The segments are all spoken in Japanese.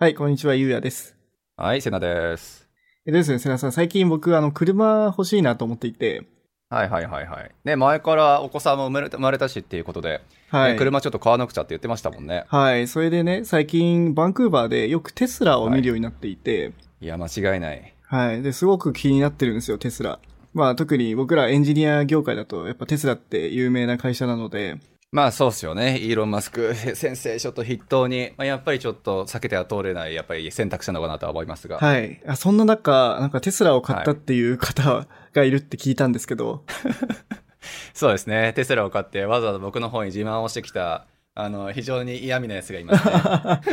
はい、こんにちは、ゆうやです。 はい、セナです。 ですね、せなさん、最近僕、車欲しいなと思っていて、 はいはいはいはい。ね、前からお子さんも生まれたしっていうことで、ね、 はい。 車ちょっと買わなくちゃって言ってましたもんね。 はい、それでね、最近、バンクーバーでよくテスラをはい。 見るようになっていて、 いや、間違いない。 はい、で、すごく気になってるんですよ、テスラ。まあ、特に僕らエンジニア業界だと、やっぱテスラって有名な会社なので、 まあそうっすよね。イーロン・マスク先生、ちょっと筆頭に、まあ、やっぱりちょっと避けては通れない、やっぱり選択肢なのかなとは思いますが。 はい。そんな中、なんかテスラを買っはい。 たっていう方がいるって聞いたんですけど、 そうですね。テスラを買ってわざわざ僕の方に自慢をしてきた、非常に嫌味なやつがいますね。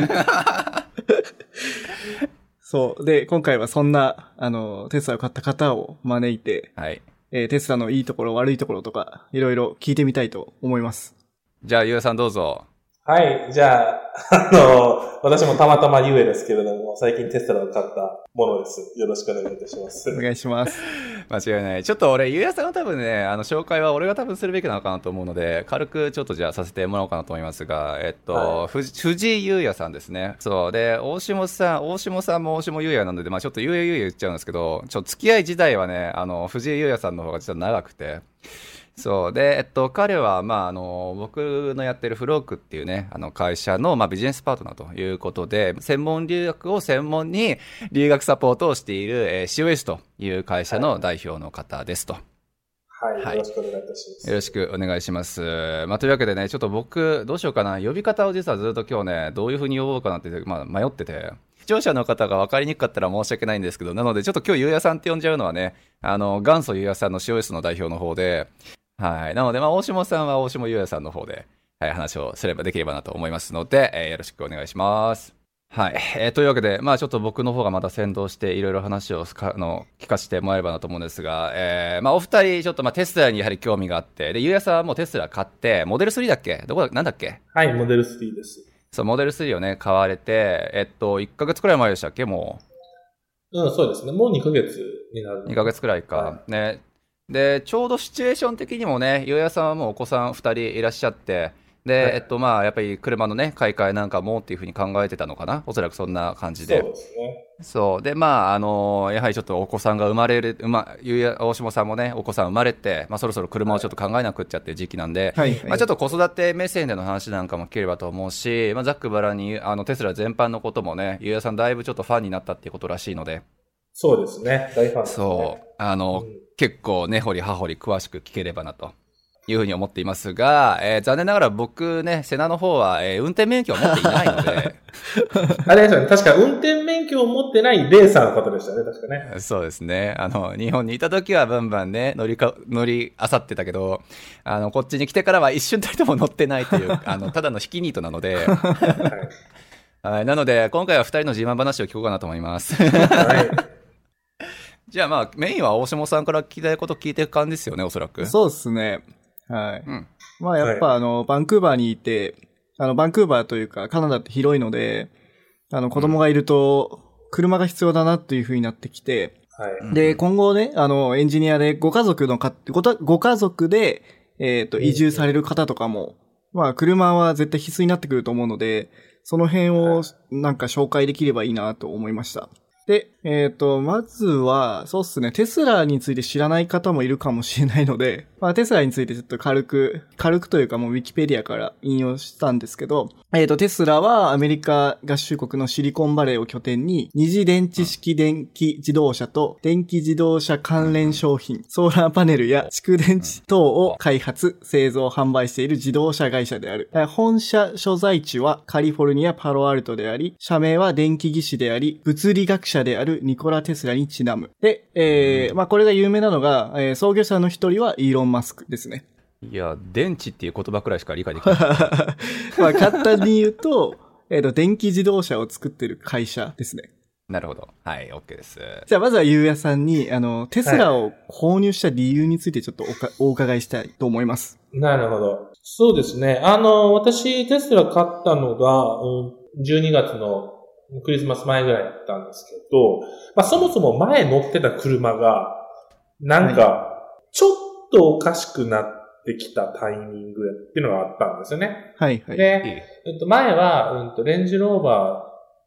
そう。で、今回はそんな、テスラを買った方を招いて、 はい。 テスラのいいところ、悪いところとか、いろいろ聞いてみたいと思います。 じゃあ、ゆうさんどうぞ。 はい。じゃあ、私もたまたまゆえですけれども、最近テスラを買ったものです。よろしくお願いいたします。 お願いします。 間違いない。ちょっと俺、ゆうやさんは多分ね、紹介は俺が多分するべきなのかなと思うので、軽くちょっとじゃあさせてもらおうかなと思いますが、 は藤井優也さんですね。そう。で、大下さんも大下優也なので、まあちょっと優也言っちゃうんですけど、付き合い自体はね、藤井優也さんの方が実は長くて、そうで、彼は、まあ、僕のやってるフロークっていうね、会社の、まあ、ビジネスパートナーということで、専門留学を専門に留学サポートをしている、COS という会社の代表の方ですと。 はい。 はい。よよろしくお願いいたします。 ろしくお願いします。まあ、というわけでね、ちょっと僕、どうしようかな。呼び方を実はずっと今日ね、どういう風に呼ぼうかなって、まあ、迷ってて。視聴者の方が分かりにくかったら申し訳ないんですけど、なのでちょっと今日ゆうやさんって呼んじゃうのはね、元祖ゆうやさんの COS の代表の方で、はい。なので、まあ、大下さんは大下優也さんの方で、はい、話をすればできればなと思いますので、よろしくお願いします。はい。というわけで、まあ、ちょっと僕の方がまた先導して、いろいろ話を聞かせてもらえればなと思うんですが、まあ、お二人、ちょっと、まあ、テスラにやはり興味があって、で、優也さんはもうテスラ買って、モデル3だっけなんだっけはい、モデル3です。 そう、モデル3をね、買われて、1ヶ月くらい前でしたっけもうん、そうですね。もう2ヶ月になるう、 のか 2ヶ月くらいな。はか。ね。で、ちょうどシチュエーション的にもね、ゆうやさんはもうお子さん2人いらっしゃって、 い。はで、 い。 まあ、やっぱり車のね、買い替えなんかもっていうふうに考えてたのかなおそらくそんな感じで。 そうですね。 そう。で、まあ、やはりちょっとお子さんが生まれる、ゆうや、大下さんもね、お子さん生まれて、まあ、そろそろ車をちょっと考えなくっちゃっていう時期なんで、 はい、はまあ、ちい。 ょっと子育て目線での話なんかも聞ければと思うし、まあ、ざっくばらんに、テスラ全般のこともね、ゆうやさんだいぶちょっとファンになったっていうことらしいので、 そうですね。大ファンですね。 そう、 うん。 結構根掘り葉掘り詳しく聞ければなというふうに思っていますが、残念ながら僕ね、セナの方は、運転免許を持っていないので、 あれですよね。確か運転免許を持ってないレーサーの方でしたね。確かね。 そうですね、日本にいた時はバンバンね、乗りあさってたけど、こっちに来てからは一瞬たりとも乗ってないという、ただの引きニートなので、 ははい、なので、今回は二人の自慢話を聞こうかなと思います。 い。はい。 じゃあまあ、メインは大下さんから聞きたいこと聞いていく感じですよね、おそらく。 そうですね。はい。 うん。 まあ、やっはい。 ぱバンクーバーにいて、バンクーバーというか、カナダって広いので、子供うん。 がいると、車が必要だなっていう風になってきて、 はい。 で、 うん。 今後ね、エンジニアでご家族で、 うん。 移住される方とかも、まあ、車は絶対必須になってくると思うので、その辺をなんか紹介できればいいなと思いました。で、まずは、そうっすね、テスラについて知らない方もいるかもしれないので、まあ、テスラについてちょっと軽くというかもうウィキペディアから引用したんですけど、テスラはアメリカ合衆国のシリコンバレーを拠点に、二次電池式電気自動車と電気自動車関連商品、ソーラーパネルや蓄電池等を開発、製造、販売している自動車会社である。本社所在地はカリフォルニア・パロアルトであり、社名は電気技師であり、物理学者であるニコラ・テスラにちなむ。で、まあこれが有名なのが、創業者の一人はイーロン・マスクですね。 いや、電池っていう言葉くらいしか理解できない。 まあ簡単に言うと、電気自動車を作ってる会社ですね。 なるほど。はい、OK です。 じゃあまずはゆうやさんに、テスはい。 ラを購入した理由についてちょっとお伺いしたいと思います。 なるほど。そうですね。私、テスラ買ったのが、12月のクリスマス前ぐらいだったんですけど、まあそもそも前乗ってた車が、なはい。 んか、ちょっとおかしくなってきたタイミングっていうのがあったんですよね。 はい、はい。 で、前は、レンジローバ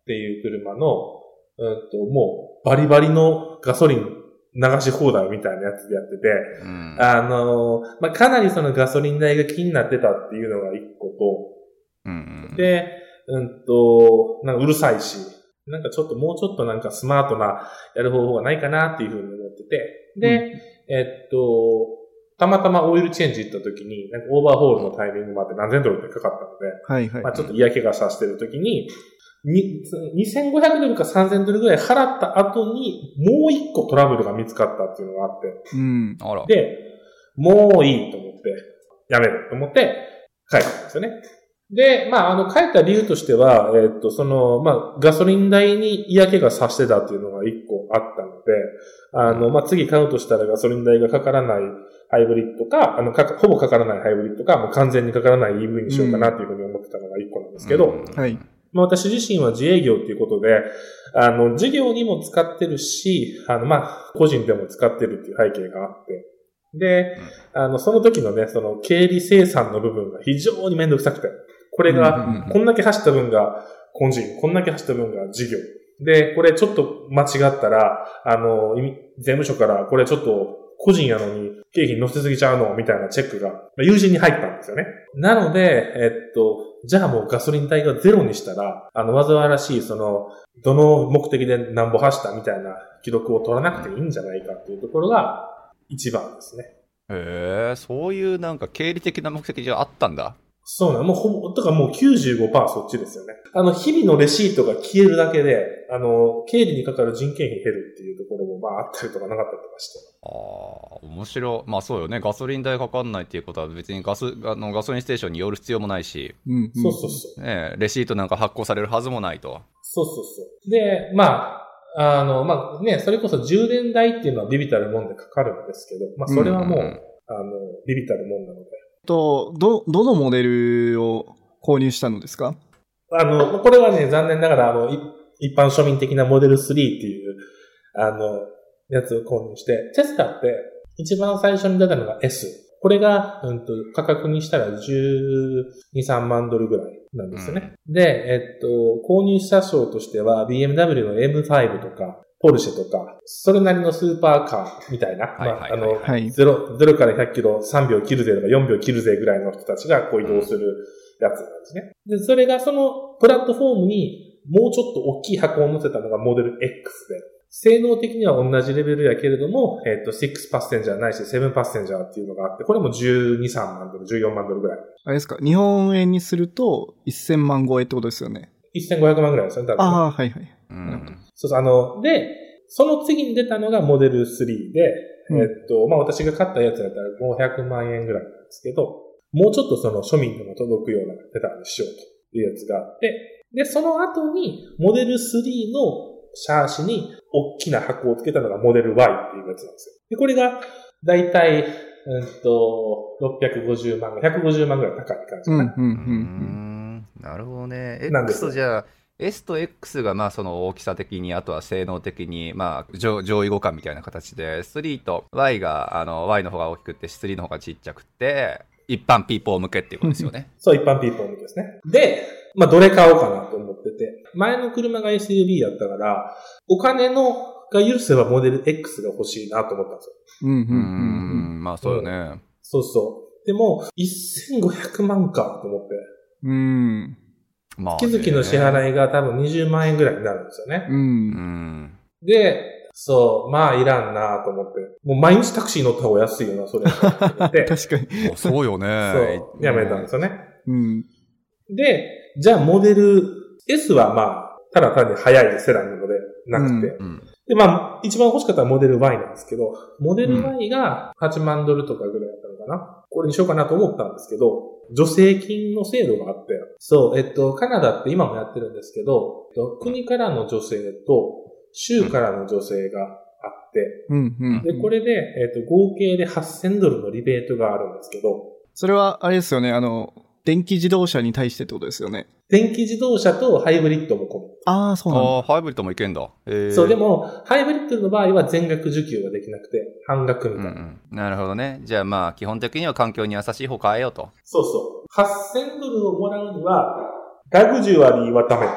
っていう車の、もうバリバリのガソリン流し放題みたいなやつでやってて、まあ、かなりそのガソリン代が気になってたっていうのが一個と、で、なんかうるさいし、なんかもうちょっとなんかスマートなやる方法がないかなっていうふうに思ってて、で、たまたまオイルチェンジ行った時に、なんかオーバーホールのタイミングまで何千ドルってかかったので、 はいはい。 まあちょっと嫌気がさしてる時に、2500ドルか3000ドルぐらい払った後に、もう一個トラブルが見つかったっていうのがあって、 あら。 で、もういいと思って、やめると思って帰ったんですよね。で、まあ、帰った理由としては、まあ、ガソリン代に嫌気がさしてたっていうのが一個あったので、まあ、次買うとしたらガソリン代がかからないハイブリッドか、ほぼかからないハイブリッドか、もう完全にかからない EV にしようかなっていうふうに思ってたのが一個なんですけど、 はい。 まあ、私自身は自営業っていうことで、事業にも使ってるし、まあ、個人でも使ってるっていう背景があって、で、その時のね、その経理生産の部分が非常にめんどくさくて、これが、こんだけ走った分が個人、こんだけ走った分が事業。で、これちょっと間違ったら、税務署からこれちょっと個人やのに経費乗せすぎちゃうのみたいなチェックが、友人に入ったんですよね。なので、じゃあもうガソリン代がゼロにしたら、煩わしい、どの目的で何歩走ったみたいな記録を取らなくていいんじゃないかっていうところが一番ですね。 へえ、そういうなんか経理的な目的じゃあったんだ。 そうなの。だからもう 95% そっちですよね。日々のレシートが消えるだけで、経理にかかる人件費減るっていうところも、まああったりとかなかったりとかして。 面白い。まあそうよね。ガソリン代かかんないっていうことは別にガソリンステーションに寄る必要もないし。 そうそうそう。 ね、レシートなんか発行されるはずもないと。 そうそうそう。で、まあ、まあね、それこそ充電代っていうのはビビたるもんでかかるんですけど、まあそれはもう、ビビたるもんなので。 どのモデルを購入したのですか？ これはね、残念ながら、一般庶民的なモデル3っていう、やつを購入して、テスラって一番最初に出たのが S。これが、価格にしたら12、3万ドルぐらいなんですよね。で、購入車種としては BMW の M5 とか、ポルシェとか、それなりのスーパーカーみたいな、0から100キロ3秒切るぜとか4秒切るぜぐらいの人たちがこう移動するやつなんですね。で、それがそのプラットフォームにもうちょっと大きい箱を乗せたのがモデル X で、性能的には同じレベルやけれども、6パッセンジャーないし7パッセンジャーっていうのがあって、これも12、3万ドル、14万ドルぐらい。 あれですか、日本円にすると1000万超えってことですよね。 1500万ぐらいですよね、多分。 ああ、はいはい。 そうそう、で、その次に出たのがモデル3で、まあ私が買ったやつだったら500万円ぐらいなんですけど、もうちょっとその庶民でも届くような値段にしようというやつがあって、で、その後にモデル3のシャーシに大きな箱をつけたのがモデル Y っていうやつなんですよ。で、これがだいたい650万、150万ぐらい高い感じかな。 なるほどね。X とじゃあ、S と X がまあその大きさ的に、あとは性能的に、まあ上位互換みたいな形で、3と Y が、Y の方が大きくて、3の方がちっちゃくて、一般ピーポー向けっていうことですよね。 そう、一般ピーポー向けですね。で、まあどれ買おうかなと思ってて、前の車が SUV だったから、お金が許せばモデル X が欲しいなと思ったんですよ。 まあそうよね。 そうそう。でも、1500万かと思って。 まあ、 月々の支払いが多分20万円ぐらいになるんですよね。で、そう、まあいらんなと思って。もう毎日タクシー乗った方が安いよな、それ。 確かに。 そうよね。 そう、やめたんですよね。で、じゃあモデル S はまあ、ただ単に速いセダンなのでなくて。で、まあ、一番欲しかったのはモデル Y なんですけど、モデル Y が8万ドルとかぐらいだったのかな。これにしようかなと思ったんですけど、助成金の制度があって、そう、カナダって今もやってるんですけど、国からの助成と州からの助成があって、で、これで、合計で8000ドルのリベートがあるんですけど、 それは、あれですよね、電気自動車に対してってことですよね。 電気自動車とハイブリッドも込む。 ああ、そうなんだ。 ハイブリッドもいけんだ。 そう、でも、ハイブリッドの場合は全額受給ができなくて、半額みたいな。 なるほどね。じゃあまあ、基本的には環境に優しい方変えようと。 そうそう。8000ドルをもらうには、ラグジュアリーはダメですよ。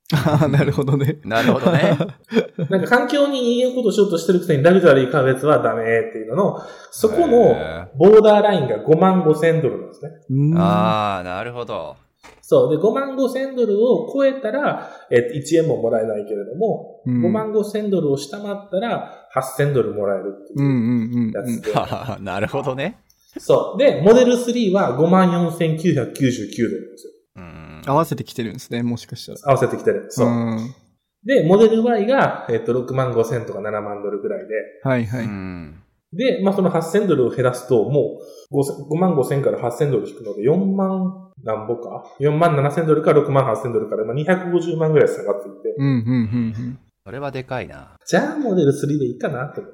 ああ、なるほどね。 なるほどね。 なんか環境にいいことしようとしてるくせにラグジュアリー買うやつはダメっていうのの、そこのボーダーラインが$55,000なんですね。 ああ、なるほど。 そう。で、$55,000を超えたら、1円ももらえないけれども、$55,000を下回ったら$8,000もらえるっていうやつで。 なるほどね。 そう。で、モデル3は$54,999なんですよ。 合わせてきてるんですね、もしかしたら。 合わせてきてる。そう。で、モデル Y が、$65,000とか$70,000ぐらいで。 はいはい。 で、まあ、その$8,000を減らすと、もう$55,000から$8,000引くので、4万何ぼか ?47,000 から$68,000から、まあ、250万ぐらい下がっていて。 それはでかいな。 じゃあ、モデル3でいいかなと思って。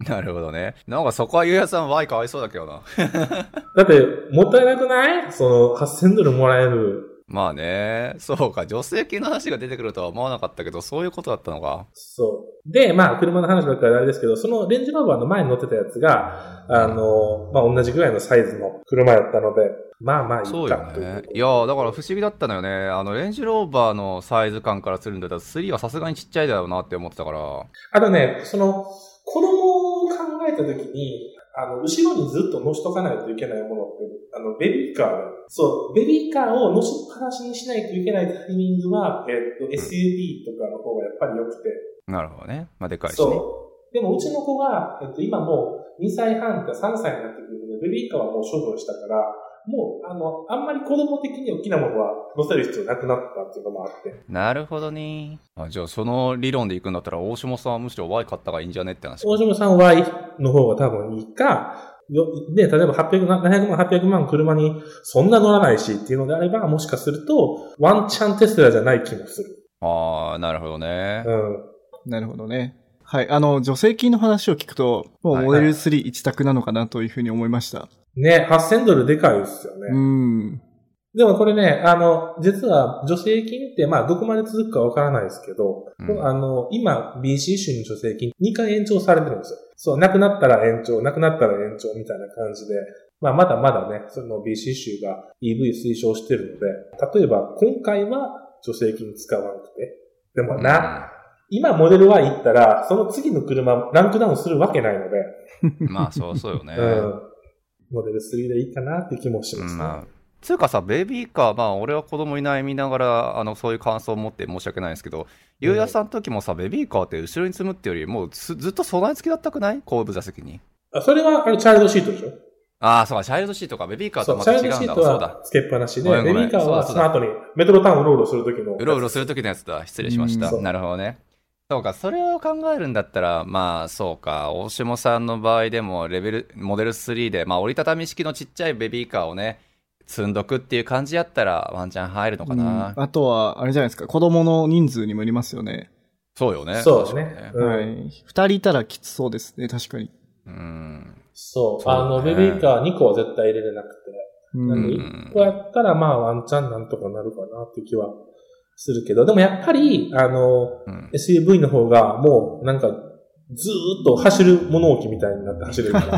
なるほどね。なんかそこはゆうやさん Y かわいそうだけどな。 だって、もったいなくないその$8,000もらえる。 まあね。そうか。助成金の話が出てくるとは思わなかったけど、そういうことだったのか。 そう。で、まあ、車の話ばっかりあれですけど、そのレンジローバーの前に乗ってたやつが、まあ、同じぐらいのサイズの車やったので、まあまあいいか。 そうよね。いやだから不思議だったのよね。レンジローバーのサイズ感からするんだったら、3はさすがにちっちゃいだろうなって思ってたから。 あとね、子供を考えたときに、後ろにずっと乗しとかないといけないものって、ベビーカー。そう、ベビーカーを乗しっぱなしにしないといけないタイミングは、SUV とかの方がやっぱり良くて。 なるほどね。まあ、でかいしね。 そう。でもうちの子が、今もう2歳半か3歳になってくるので、ベビーカーはもう処分したから、もう、あんまり子供的に大きなものは乗せる必要なくなったっていうのもあって。なるほどね。じゃあその理論で行くんだったら、大下さんはむしろ Y 買った方がいいんじゃねって話。 大下さん Y の方が多分いいか、で、例えば700万、800万車にそんな乗らないしっていうのであれば、もしかすると、ワンチャンテスラじゃない気もする。 ああ、なるほどね。 なるほどね。はい。助成金の話を聞くと、もうモデル3一択なのかなというふうに思いました。 ね、$8,000でかいですよね。でもこれね、実は助成金って、まあ、どこまで続くかわからないですけど、今、BC 州の助成金2回延長されてるんですよ。そう、なくなったら延長、なくなったら延長みたいな感じで、まあ、まだまだね、その BC 州が EV 推奨してるので、例えば今回は助成金使わなくて、でも今モデル Y 行ったら、その次の車ランクダウンするわけないので。 まあ、そうよね。 モデル3でいいかなって気もしますね。 つうかさ、ベビーカー、まあ、俺は子供いない見ながら、そういう感想を持って申し訳ないんですけど、ゆうやさんの時もさ、ベビーカーって後ろに積むってより、もうずっと備え付きだったくない？後部座席に。 それは、チャイルドシートでしょ？ ああ、そうか、チャイルドシートか。ベビーカーとまた違うんだ。 チャイルドシートは付けっぱなしで、ベビーカーはその後にメトロタウンうろうろする時の。 うろうろする時のやつだ。失礼しました。なるほどね。そうか、それを考えるんだったら、まあ、そうか、大下さんの場合でも、モデル3で、まあ、折りたたみ式のちっちゃいベビーカーをね、積んどくっていう感じやったら、ワンチャン入るのかな。 あとは、あれじゃないですか、子供の人数にもよりますよね。 そうよね。 そうですね。 はい。2人いたらきつそうですね、確かに。 そう。ベビーカー2個は絶対入れれなくて。1個やったら、まあ、ワンチャンなんとかなるかなっていう気はするけど、でもやっぱり、SUV の方がもうなんかずーっと走る物置みたいになって走れるから。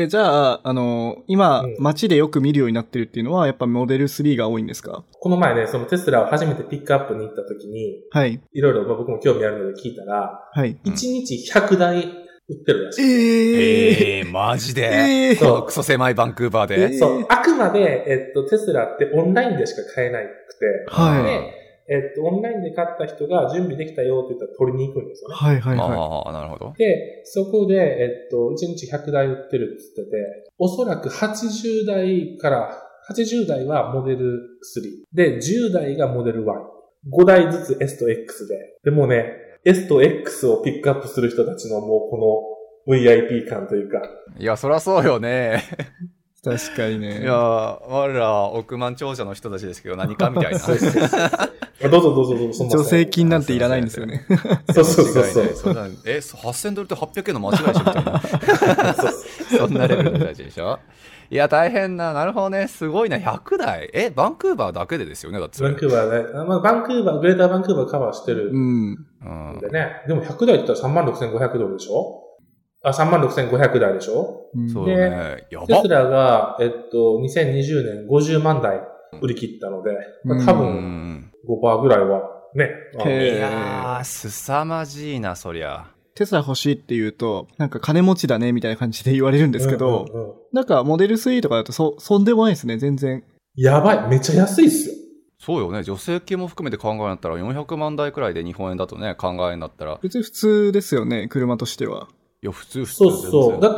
じゃあ、今、街でよく見るようになってるっていうのは、やっぱモデル3が多いんですか？ この前ね、そのテスラを初めてピックアップに行った時に、 はい。 いろいろ僕も興味あるので聞いたら、 はい。 1日100台売ってるらしい。 マジで？そう。クソ狭いバンクーバーで。 そう。あくまで、テスラってオンラインでしか買えなくて、 はい。 で、オンラインで買った人が準備できたよって言ったら取りに行くんですよね。 はいはいはい。 ああ、なるほど。 で、そこで、1日100台売ってるって言ってて、おそらく80台はモデル3。で、10台がモデル Y。5台ずつ S と X で。でもね、S と X をピックアップする人たちのもうこの VIP 感というか。 いや、そりゃそうよね。 確かにね。 いや、我ら億万長者の人たちですけど何かみたいな。 どうぞ。 助成金なんていらないんですよね。 そう。 $8,000って800円の間違いでしょみたいな。そんなレベルの人たちでしょ。いや、大変な。なるほどね。すごいな。100台。バンクーバーだけでですよね。だって。 バンクーバーね。まあ、グレーターバンクーバーカバーしてる。でね。でも100台って言ったら$36,500でしょ？$36,500台でしょ？ そうね。 やば。テスラが、2020年50万台売り切ったので、多分、 ぐらいはね。 へーいやー、凄まじいな、そりゃ。 テスラ欲しいって言うと、なんか金持ちだねみたいな感じで言われるんですけど、 うんうんうん、 なんかモデル3とかだとそんでもないですね、全然。 やばい。めっちゃ安いっすよ。 そうよね。助成金も含めて考えになったら400万台くらいで日本円だとね、考えになったら。 別に普通ですよね、車としては。 いや、普通。 そうそう。だって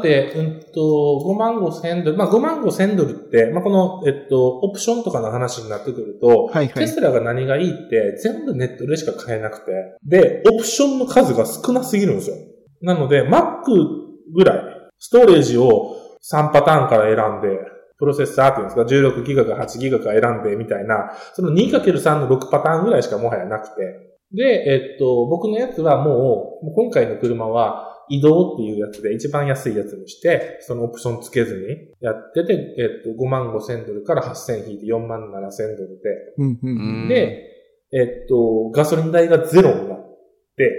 、5万5千ドル。まあ、5万5千ドルって、まあ、この、オプションとかの話になってくると、 はいはい。 テスラが何がいいって、全部ネットでしか買えなくて。で、オプションの数が少なすぎるんですよ。なので、Mac ぐらい、ストレージを3パターンから選んで、プロセッサーっていうんですか、16ギガか8ギガか選んでみたいな、その 2×3 の6パターンぐらいしかもはやなくて。で、僕のやつはもう今回の車は、移動っていうやつで一番安いやつにして、そのオプションつけずにやってて、5万5千ドルから8千引いて4万7千ドルで。 うんうんで、ガソリン代がゼロになって、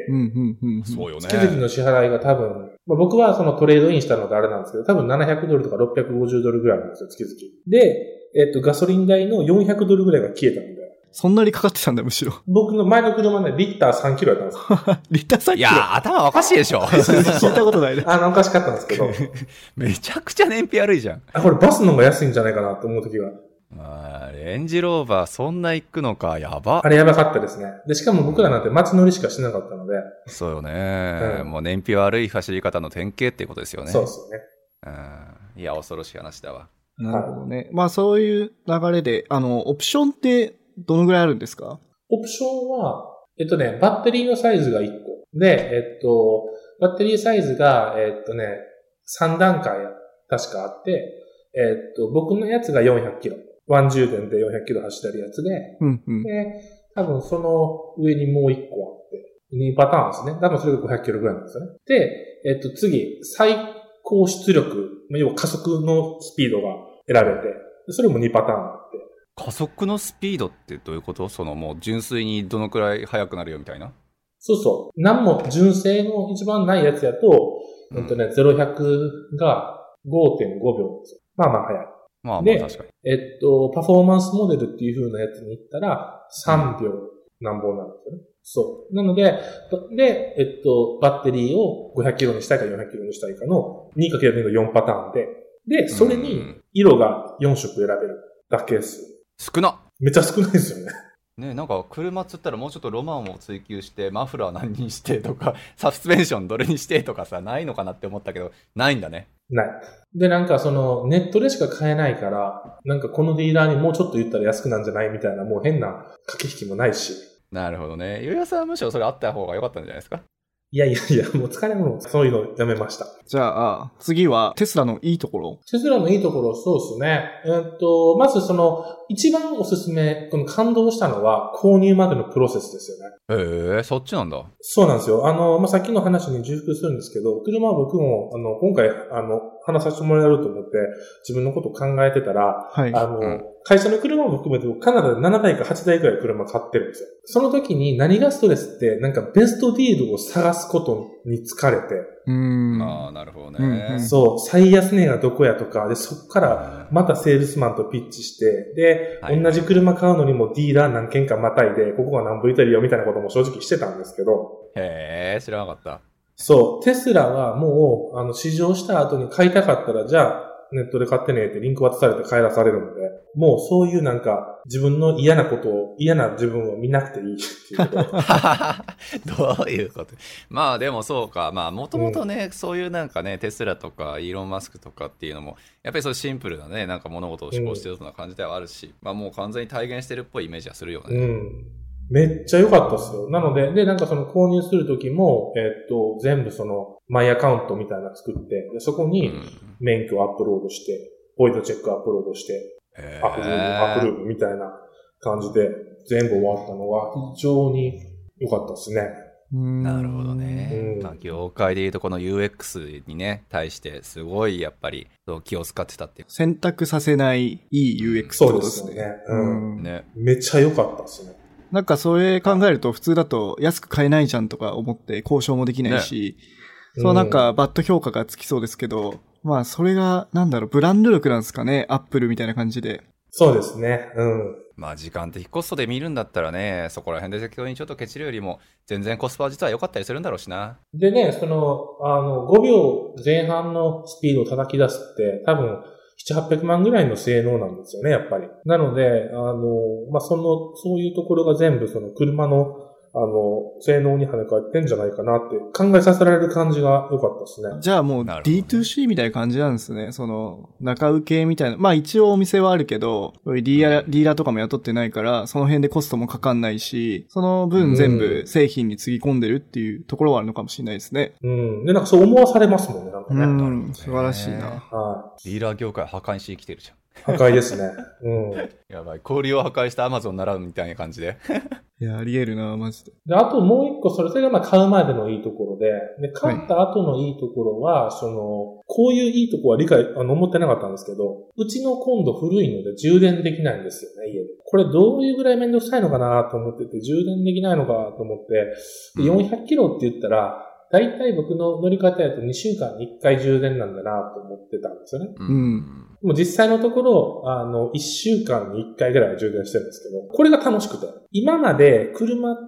そうよね。 月々の支払いが多分、まあ、僕はそのトレードインしたのであれなんですけど、多分700ドルとか650ドルぐらいなんですよ、月々。で、ガソリン代の400ドルぐらいが消えたんで。 そんなにかかってたんだ、むしろ。 僕の前の車ね、リッター3キロやったんですよ。 リッター3キロ。 いやー、頭おかしいでしょ。 聞いたことないね。 おかしかったんですけど。 めちゃくちゃ燃費悪いじゃん。 これバスの方が安いんじゃないかなと思うときは。 レンジローバーそんな行くのか、やば。 あれやばかったですね。で、しかも僕らなんて街乗りしかしなかったので。 そうよね、もう燃費悪い走り方の典型っていうことですよね。 そうですよね。 いや、恐ろしい話だわ。 なるほどね。まあそういう流れで、オプションってどのぐらいあるんですか？ オプションは、バッテリーのサイズが1個。で、バッテリーサイズが、3段階確かあって、僕のやつが400キロ。ワン充電で400キロ走ってるやつで、で、多分その上にもう1個あって、2パターンですね。多分それが500キロぐらいなんですよね。で、次、最高出力、要は加速のスピードが選べて、それも2パターンあって。 加速のスピードってどういうこと？そのもう純粋にどのくらい速くなるよみたいな？ そうそう。何も純正の一番ないやつやと、0-100が 5.5 秒ですよ。まあまあ速い。 まあまあで、 確かに。 パフォーマンスモデルっていう風なやつに行ったら、3秒何本なんですよね。そう。なので、バッテリーを500キロにしたいか400キロにしたいかの 2×2 の4パターンで、で、それに色が4色選べるだけです。 少な。 めっちゃ少ないですよね。 ね、なんか車っつったらもうちょっとロマンを追求してマフラー何にしてとかサスペンションどれにしてとかさ、ないのかなって思ったけどないんだね。 ない。で、なんかそのネットでしか買えないから、なんかこのディーラーにもうちょっと言ったら安くなんじゃないみたいな、もう変な駆け引きもないし。 なるほどね。ゆうやさんはむしろそれあった方が良かったんじゃないですか？ いや、もう疲れ物、そういうのやめました。 じゃあ、次はテスラのいいところ。 テスラのいいところ、そうですね。まずその、一番おすすめ、この感動したのは、購入までのプロセスですよね。 そっちなんだ。 そうなんですよ。さっきの話に重複するんですけど、車は僕も、今回、話させてもらえると思って、自分のことを考えてたら、 はい。 会社の車も含めて、カナダで7台か8台くらい車買ってるんですよ。その時に何がストレスって、なんかベストディールを探すことに疲れて。 ああ、なるほどね。 そう、最安値がどこやとか、で、そこからまたセールスマンとピッチして、で、同じ車買うのにもディーラー何軒かまたいで、ここが何分いたりよみたいなことも正直してたんですけど。 知らなかった。 そう、テスラはもう、試乗した後に買いたかったら、じゃあ、ネットで買ってねってリンク渡されて帰らされるので、もうそういうなんか、自分の嫌な自分を見なくていいっていうこと。 どういうこと？まあでもそうか。まあもともとね、そういうなんかね、テスラとかイーロン・マスクとかっていうのも、やっぱりそういうシンプルなね、なんか物事を思考してるような感じではあるし、まあもう完全に体現してるっぽいイメージはするよね。 めっちゃ良かったっすよ。なので、なんかその購入するときも、全部その、マイアカウントみたいなの作って、でそこに免許をアップロードして、ボイドチェックアップロードして、アプルーブみたいな感じで全部終わったのは非常に良かったですね。 なるほどね。まあ、業界でいうとこの UX にね、対してすごいやっぱり気を使ってたっていう。 選択させないいい UX ってことですね。 そうですね。めっちゃ良かったですね。 なんかそれ考えると普通だと安く買えないじゃんとか思って交渉もできないし、そうなんかバッド評価がつきそうですけど、まあそれがブランド力なんですかね、アップルみたいな感じで。 そうですね。うん。 まあ時間的コストで見るんだったらね、そこら辺で適当にちょっとケチるよりも、全然コスパは実は良かったりするんだろうしな。 でね、5秒前半のスピードを叩き出すって、多分、7、800万ぐらいの性能なんですよね、やっぱり。なので、そういうところが全部車の性能に跳ね返ってんじゃないかなって考えさせられる感じが良かったですね。 じゃあもう D2C みたいな感じなんですね。中請けみたいな。まあ一応お店はあるけど、ディーラーとかも雇ってないから、その辺でコストもかかんないし、その分全部製品につぎ込んでるっていうところはあるのかもしれないですね。 うん。で、なんかそう思わされますもんね、なんかね。 うん、素晴らしいな。 はい。 ディーラー業界破壊しに来てるじゃん。 破壊ですね。うん。 やばい。氷を破壊したアマゾン習うみたいな感じで。 いや、あり得るな、マジで。 で、あともう一個、それがまあ買うまでのいいところで、買った後のいいところは、こういういいところは思ってなかったんですけど、うちの今度古いので充電できないんですよね、家で。これどういうぐらいめんどくさいのかなと思ってて、充電できないのかと思って、400キロって言ったら、だいたい僕の乗り方やと2週間に1回充電なんだなと思ってたんですよね。 うん。 もう実際のところ、1週間に1回ぐらいは充電してるんですけど、これが楽しくて。今まで車って、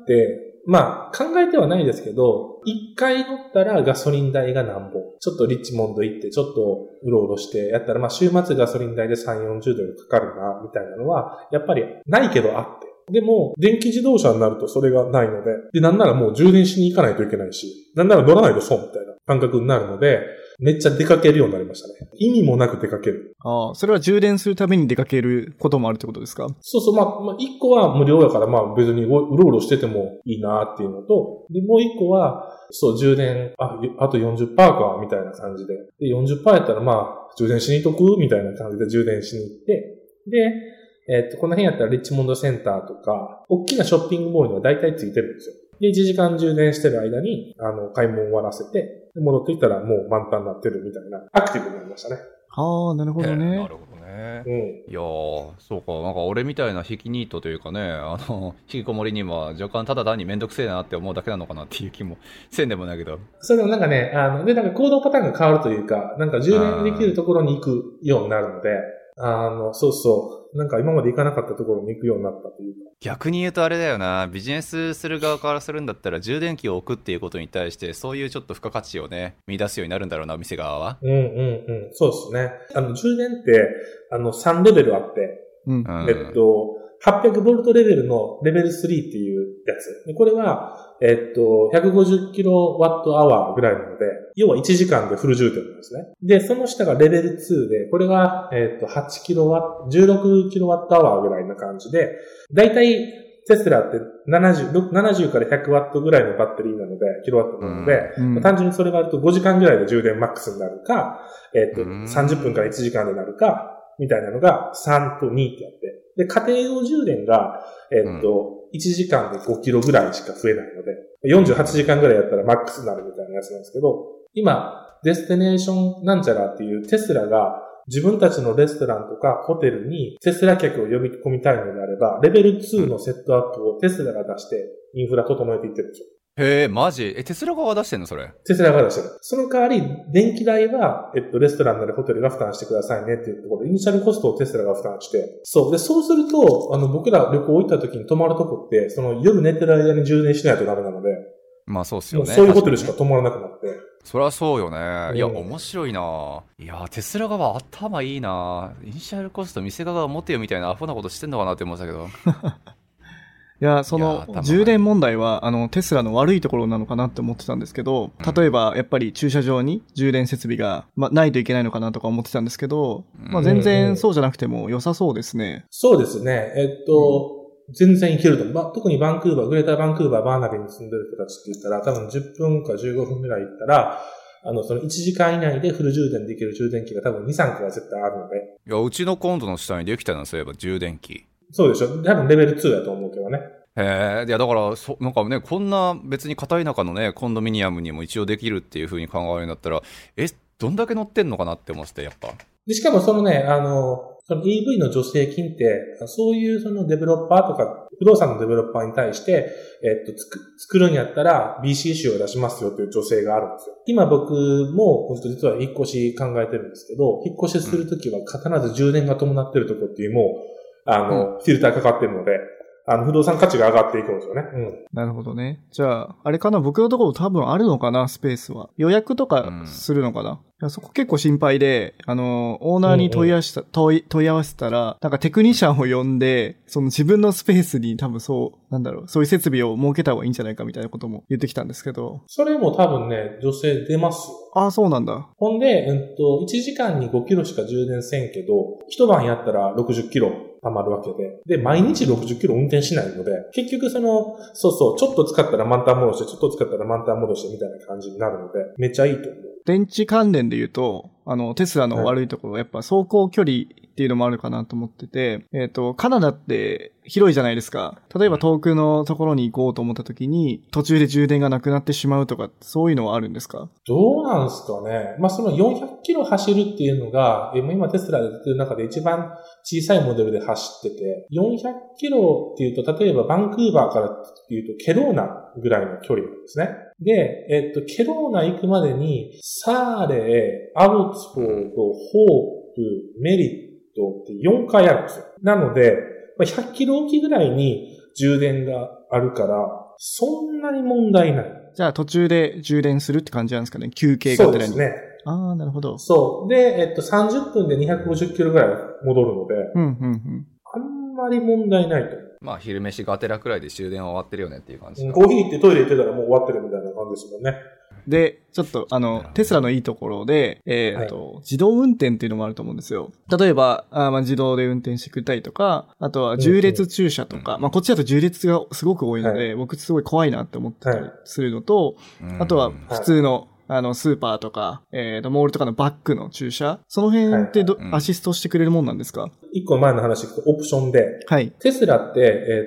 まあ考えてはないですけど、1回乗ったらガソリン代が何本。ちょっとリッチモンド行って、ちょっとうろうろしてやったら、まあ週末ガソリン代で3、40ドルかかるな、みたいなのは、やっぱりないけどあって。でも、電気自動車になるとそれがないので、なんならもう充電しに行かないといけないし、なんなら乗らないと損みたいな感覚になるので、めっちゃ出かけるようになりましたね。意味もなく出かける。 ああ、それは充電するために出かけることもあるってことですか？ そうそう、まあ、一個は無料やから、まあ別にうろうろしててもいいなっていうのと、で、もう一個は、そう、充電、あと 40% か、みたいな感じで。で、40% やったらまあ、充電しに行っとくみたいな感じで充電しに行って、で、この辺やったらリッチモンドセンターとか、大きなショッピングモールには大体ついてるんですよ。で、1時間充電してる間に、買い物終わらせて、戻ってきたらもう満タンになってるみたいな、アクティブになりましたね。 ああ、なるほどね。 なるほどね。 うん。 いやー、そうか、なんか俺みたいな引きニートというかね、引きこもりには若干ただ単にめんどくせえなって思うだけなのかなっていう気もせんでもないけど。 それでもなんかね、で、なんか行動パターンが変わるというか、なんか充電できるところに行くようになるので、そうそう。なんか今まで行かなかったところに行くようになったというか。 逆に言うとあれだよな、ビジネスする側からするんだったら充電器を置くっていうことに対してそういうちょっと付加価値をね見出すようになるんだろうな、店側は。 うんうんうん。そうですね。充電って、3レベルあって、 うん。 800ボルトレベルのレベル3っていうやつ。これは、150キロワットアワーぐらいなので、要は1時間でフル充電なんですね。で、その下がレベル2で、これが、8キロワット、16キロワットアワーぐらいな感じで、だいたいテスラって70から100ワットぐらいのバッテリーなので、キロワットなので、単純にそれがあると5時間ぐらいで充電マックスになるか、30分から1時間でなるか、みたいなのが3と2ってあって、で、家庭用充電が、1時間で5キロぐらいしか増えないので、48時間ぐらいやったらマックスになるみたいなやつなんですけど、今、デスティネーションなんちゃらっていうテスラが自分たちのレストランとかホテルにテスラ客を呼び込みたいのであれば、レベル2のセットアップをテスラが出してインフラ整えていってるんですよ。 へえ、マジ？テスラ側出してんのそれ？ テスラが出してる。その代わり、電気代は、レストランなりホテルが負担してくださいねっていうところで、イニシャルコストをテスラが負担して、そう。で、そうすると、僕ら旅行行った時に泊まるとこって、夜寝てる間に充電しないとダメなので、 まあそうっすよね。 そういうホテルしか泊まらなくなって。 そりゃそうよね。いや、面白いな。いや、テスラ側頭いいな。イニシャルコスト店側が持てよみたいなアホなことしてんのかなって思ってたけど。 いや、充電問題は、テスラの悪いところなのかなって思ってたんですけど、例えば、やっぱり駐車場に充電設備が、ないといけないのかなとか思ってたんですけど、全然そうじゃなくても良さそうですね。 そうですね。全然いけると。特にバンクーバー、グレーターバンクーバー、バーナビに住んでる人たちって言ったら、多分10分か15分ぐらい行ったら、その1時間以内でフル充電できる充電器が多分2、3個は絶対あるので。 いや、うちのコントの下にできたのそういえば充電器。 そうでしょ。多分レベル2だと思うけどね。 へえ、いやだからなんかね、こんな別に片田舎のねコンドミニアムにも一応できるっていう風に考えるんだったら、どんだけ乗ってんのかなって思ってやっぱ。 でしかもそのね、 その EV の助成金って、そういうそのデベロッパーとか、不動産のデベロッパーに対して、作るんやったら BC 収を出しますよという助成があるんですよ。今僕も、実は引っ越し考えてるんですけど、引っ越しするときは必ず充電が伴ってるところっていうもう、フィルターかかってるので、不動産価値が上がっていくんですよね。うん。 なるほどね。じゃあ、あれかな、僕のところ多分あるのかな、スペースは。予約とかするのかな。いや、そこ結構心配で、オーナーに問い合わせたら、なんかテクニシャンを呼んで、その自分のスペースに多分そういう設備を設けた方がいいんじゃないかみたいなことも言ってきたんですけど。 それも多分ね、女性出ますよ。 ああ、そうなんだ。 ほんで、1時間に5キロしか充電せんけど、一晩やったら60キロ溜まるわけで。で、毎日60キロ運転しないので、結局ちょっと使ったら満タン戻して、ちょっと使ったら満タン戻してみたいな感じになるので、めっちゃいいと思う。 電池関連で言うと、テスラの悪いところはやっぱ走行距離っていうのもあるかなと思ってて、カナダって広いじゃないですか。例えば遠くのところに行こうと思った時に、途中で充電がなくなってしまうとか、そういうのはあるんですか？ どうなんですかね。その400キロ走るっていうのが、今テスラで出てる中で一番小さいモデルで走ってて、400キロっていうと、例えばバンクーバーからっていうと、ケローナぐらいの距離なんですね。で、ケローナ行くまでに、サーレー、アボツフォード、ホープ、メリットって4回あるんですよ。なので、100キロおきぐらいに充電があるから、そんなに問題ない。 じゃあ途中で充電するって感じなんですかね？休憩がてらに。 そうですね。 ああ、なるほど。 そう。で、30分で250キロぐらい戻るので、あんまり問題ないと。 昼飯がてらくらいで終電は終わってるよねっていう感じ。 コーヒー行ってトイレ行ってたらもう終わってるみたいな感じですもんね。 で、ちょっとテスラのいいところで、自動運転っていうのもあると思うんですよ。例えば、自動で運転してくれたりとか、あとは縦列駐車とか、こっちだと縦列がすごく多いので、僕すごい怖いなって思ってたりするのと、あとは普通の、スーパーとか、モールとかのバックの駐車、その辺ってアシストしてくれるもんなんですか？ 一個前の話聞くとオプションで、 はい。 テスラって、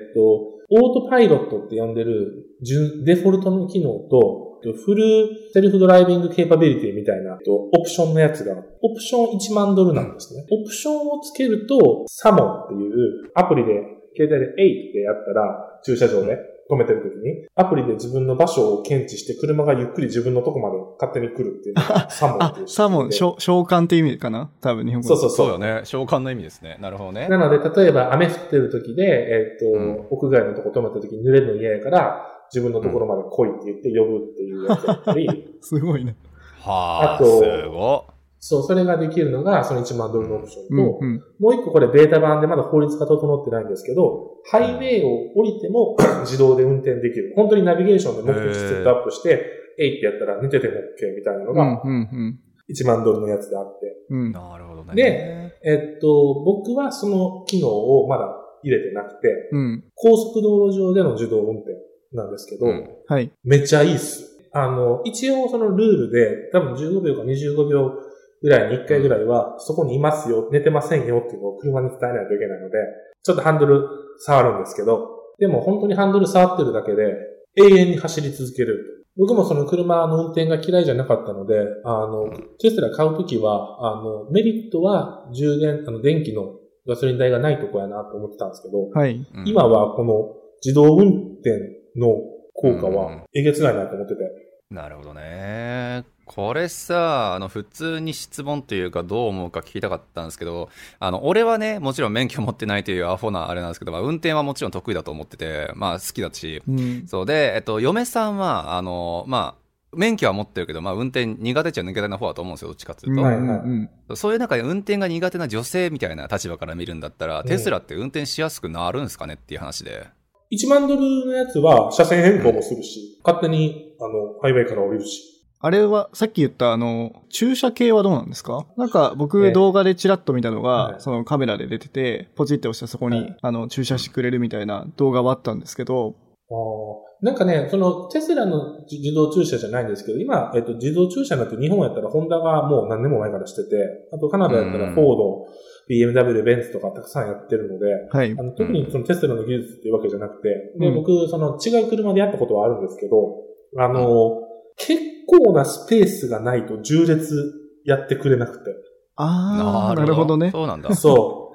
オートパイロットって呼んでるデフォルトの機能と、フルセルフドライビングケーパビリティみたいなオプションのやつが、オプション1万ドルなんですね。オプションをつけると、サモンっていうアプリで、携帯で8ってやったら、駐車場で止めてるときに、アプリで自分の場所を検知して、車がゆっくり自分のとこまで勝手に来るっていうのが、サモンっていう。 サモン、召喚って意味かな？多分日本語で。そうそうよね。召喚の意味ですね。なるほどね。 なので、例えば雨降ってるときで、屋外のとこ止めたときに濡れるの嫌やから、自分のところまで来いって言って呼ぶっていうやつだったり。 すごいね。 はあ、あと、すごい。 そう、それができるのが、その1万ドルのオプションと、もう一個これベータ版でまだ法律が整ってないんですけど、ハイウェイを降りても自動で運転できる。本当にナビゲーションで目的地セットアップして、ってやったら寝てても OK みたいなのが、1万ドルのやつであって。 なるほどね。 で、僕はその機能をまだ入れてなくて、高速道路上での自動運転なんですけど、 はい。 めっちゃいいっす。一応そのルールで、多分15秒か25秒ぐらいに1回ぐらいは、そこにいますよ、寝てませんよっていうのを車に伝えないといけないので、ちょっとハンドル触るんですけど、でも本当にハンドル触ってるだけで永遠に走り続ける。僕もその車の運転が嫌いじゃなかったので、テスラ買うときは、メリットは充電、電気のガソリン代がないとこやなと思ってたんですけど、 はい。 今はこの自動運転の効果はえげつないなと思ってて。 なるほどね。これさ、普通に質問というかどう思うか聞きたかったんですけど、俺はね、もちろん免許持ってないというアホなあれなんですけど、運転はもちろん得意だと思ってて、好きだし、そうで、嫁さんは、免許は持ってるけど、運転苦手っちゃ苦手な方だと思うんですよ、どっちかっていうと。そういう中で運転が苦手な女性みたいな立場から見るんだったら、テスラって運転しやすくなるんですかねっていう話で。 1万ドルのやつは車線変更もするし、勝手にハイウェイから降りるし。 あれは、さっき言った駐車系はどうなんですか？なんか僕動画でチラッと見たのが、そのカメラで出てて、ポチって押したらそこに、駐車してくれるみたいな動画はあったんですけど、 なんかね、そのテスラの自動駐車じゃないんですけど、今、自動駐車になって日本やったらホンダがもう何年も前からしてて、あとカナダやったらフォード、BMW、ベンツとかたくさんやってるので、 はい。 特にそのテスラの技術っていうわけじゃなくて、で、僕、その違う車でやったことはあるんですけど、結構なスペースがないと縦列やってくれなくて。 なるほどね。 そうなんだ。 そ 。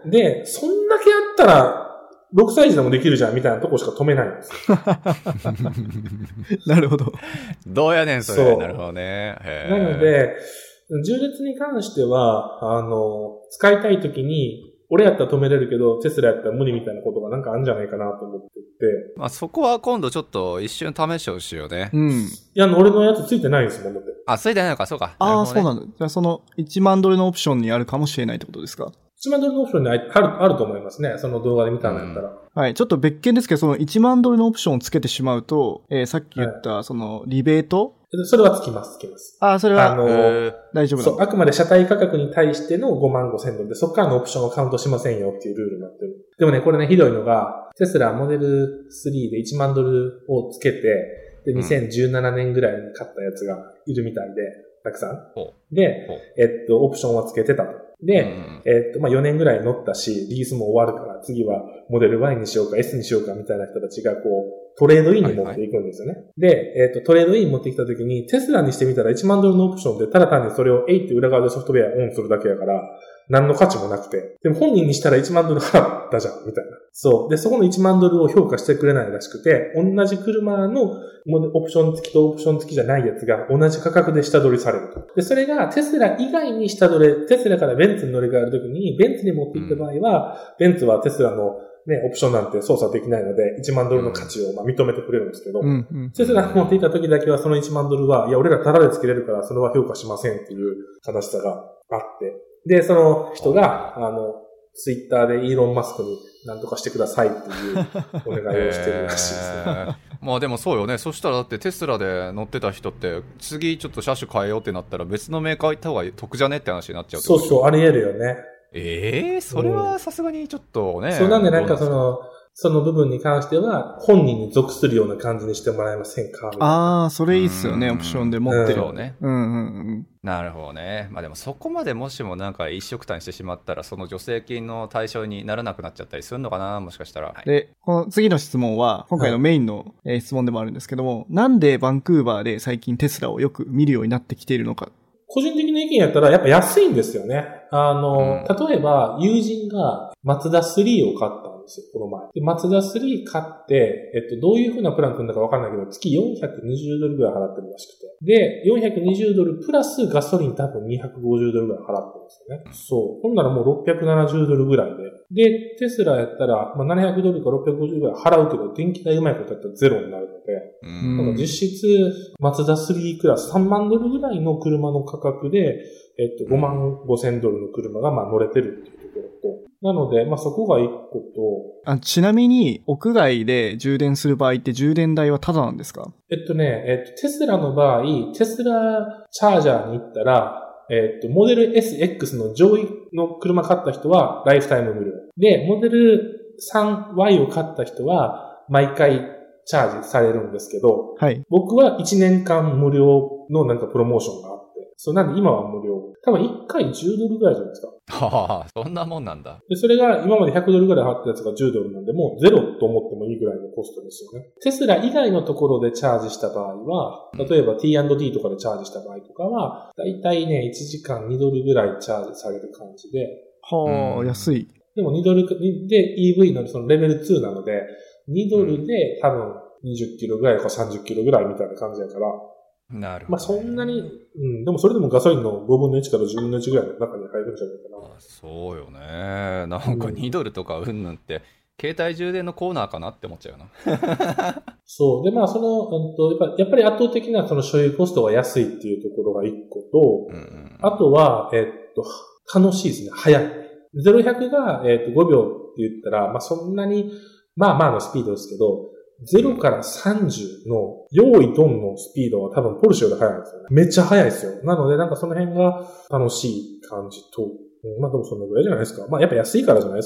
で、そんだけあったら、6歳児でもできるじゃんみたいなとこしか止めないんですよ。 なるほど。 どうやねん、それ。 そうなるほどね。 なので、縦列に関しては、使いたいときに、俺やったら止めれるけど、テスラやったら無理みたいなことがなんかあるんじゃないかなと思ってて。 まあそこは今度ちょっと一瞬試してほしいよね。 うん。 いや、俺のやつついてないんですもん、だって。 あ、ついてないのか、そうか。 ああ、そうの。 なんだ。じゃあその1万ドルのオプションにあるかもしれないってことですか？ 1万ドルのオプションにあると思いますね。その動画で見たんだったら。 はい。ちょっと別件ですけど、その1万ドルのオプションをつけてしまうと、さっき言った、その、リベート、 それはつきます。 ああ、それは、大丈夫だ。 そう、あくまで車体価格に対しての5万5千ドルで、そっからのオプションをカウントしませんよっていうルールになってる。でもね、これね、ひどいのが、テスラモデル3で1万ドルをつけて、で、2017年ぐらいに買ったやつがいるみたいで、たくさん。で、オプションはつけてたと。で、まあ、4年ぐらい乗ったし、リースも終わるから、次はモデル Y にしようか S にしようかみたいな人たちがこう、トレードインに持っていくんですよね。で、トレードイン持ってきたときに、テスラにしてみたら1万ドルのオプションで、ただ単にそれをって裏側でソフトウェアオンするだけやから、何の価値もなくて。でも本人にしたら1万ドル払ったじゃん、みたいな。そう。で、そこの1万ドルを評価してくれないらしくて、同じ車のオプション付きとオプション付きじゃないやつが同じ価格で下取りされると。で、それがテスラ以外に下取れ、テスラからベンツに乗り換えるときに、ベンツに持っていった場合は、ベンツはテスラのね、オプションなんて操作できないので、1万ドルの価値を認めてくれるんですけど、テスラに持っていった時だけはその1万ドルは、いや、俺らタダでつけれるからそれは評価しませんっていう悲しさがあって、で、その人が、ツイッターでイーロン・マスクに何とかしてくださいっていうお願いをしてるらしいですね。 まあでもそうよね。そしたらだってテスラで乗ってた人って、次ちょっと車種変えようってなったら別のメーカー行った方が得じゃねって話になっちゃうってこと。 そう、あり得るよね。 それはさすがにちょっとね。 そうなんでなんかその部分に関しては、本人に属するような感じにしてもらえませんか？ ああ、それいいっすよね、オプションで持ってる。 そうね。なるほどね。まあでもそこまでもしもなんか一緒くたにしてしまったら、その助成金の対象にならなくなっちゃったりするのかな、もしかしたら。 で、この次の質問は、今回のメインの質問でもあるんですけども、なんでバンクーバーで最近テスラをよく見るようになってきているのか。 個人的な意見やったらやっぱ安いんですよね。例えば友人がマツダ3を買ったんですよ、この前。で、マツダ3買って、どういう風なプラン組んだかわかんないけど、月420ドルぐらい払ってるらしくて。で、420ドルプラスガソリン多分250ドルぐらい払ってるんですよね。そう。ほんならもう670ドルぐらいで。で、テスラやったら、まあ、700ドルか650ぐらい払うけど、電気代うまいことやったらゼロになるので、なんか実質、マツダ3クラス3万ドルぐらいの車の価格で、5万5千ドルの車がまあ乗れてるっていうところと、なので、まあそこが一個と、 ちなみに、屋外で充電する場合って充電代はタダなんですか？ テスラの場合、テスラチャージャーに行ったら、モデル SX の上位の車買った人はライフタイム無料。で、モデル 3Y を買った人は毎回チャージされるんですけど、 はい。 僕は1年間無料のなんかプロモーションがあって、そうなんで今は無料。多分1回10ドルぐらいじゃないですか。 はあ、そんなもんなんだ。 で、それが今まで100ドルぐらい払ったやつが10ドルなんで、もうゼロと思ってもいいぐらいのコストですよね。テスラ以外のところでチャージした場合は、例えば T&D とかでチャージした場合とかは、だいたいね、1時間2ドルぐらいチャージされる感じで。 はあ、安い。 でも2ドルで EV のそのレベル2なので、2ドルで多分20キロぐらいか30キロぐらいみたいな感じやから、 なるほど、ね。 まあそんなに、でもそれでもガソリンの5分の1から10分の1ぐらいの中に入るんじゃないかな。 そうよね。なんか2ドルとかうんぬんって、携帯充電のコーナーかなって思っちゃうな。 そう。で、まあやっぱり圧倒的なその所有コストが安いっていうところが1個と、あとは、楽しいですね。早い。0-100が、5秒って言ったら、まあそんなに、まあのスピードですけど、0から30の用意ドンのスピードは多分ポルシェより速いんですよね。めっちゃ速いですよ。なのでなんかその辺が楽しい感じと、まあでもそのぐらいじゃないですか。まあやっぱ安いからじゃないですかね。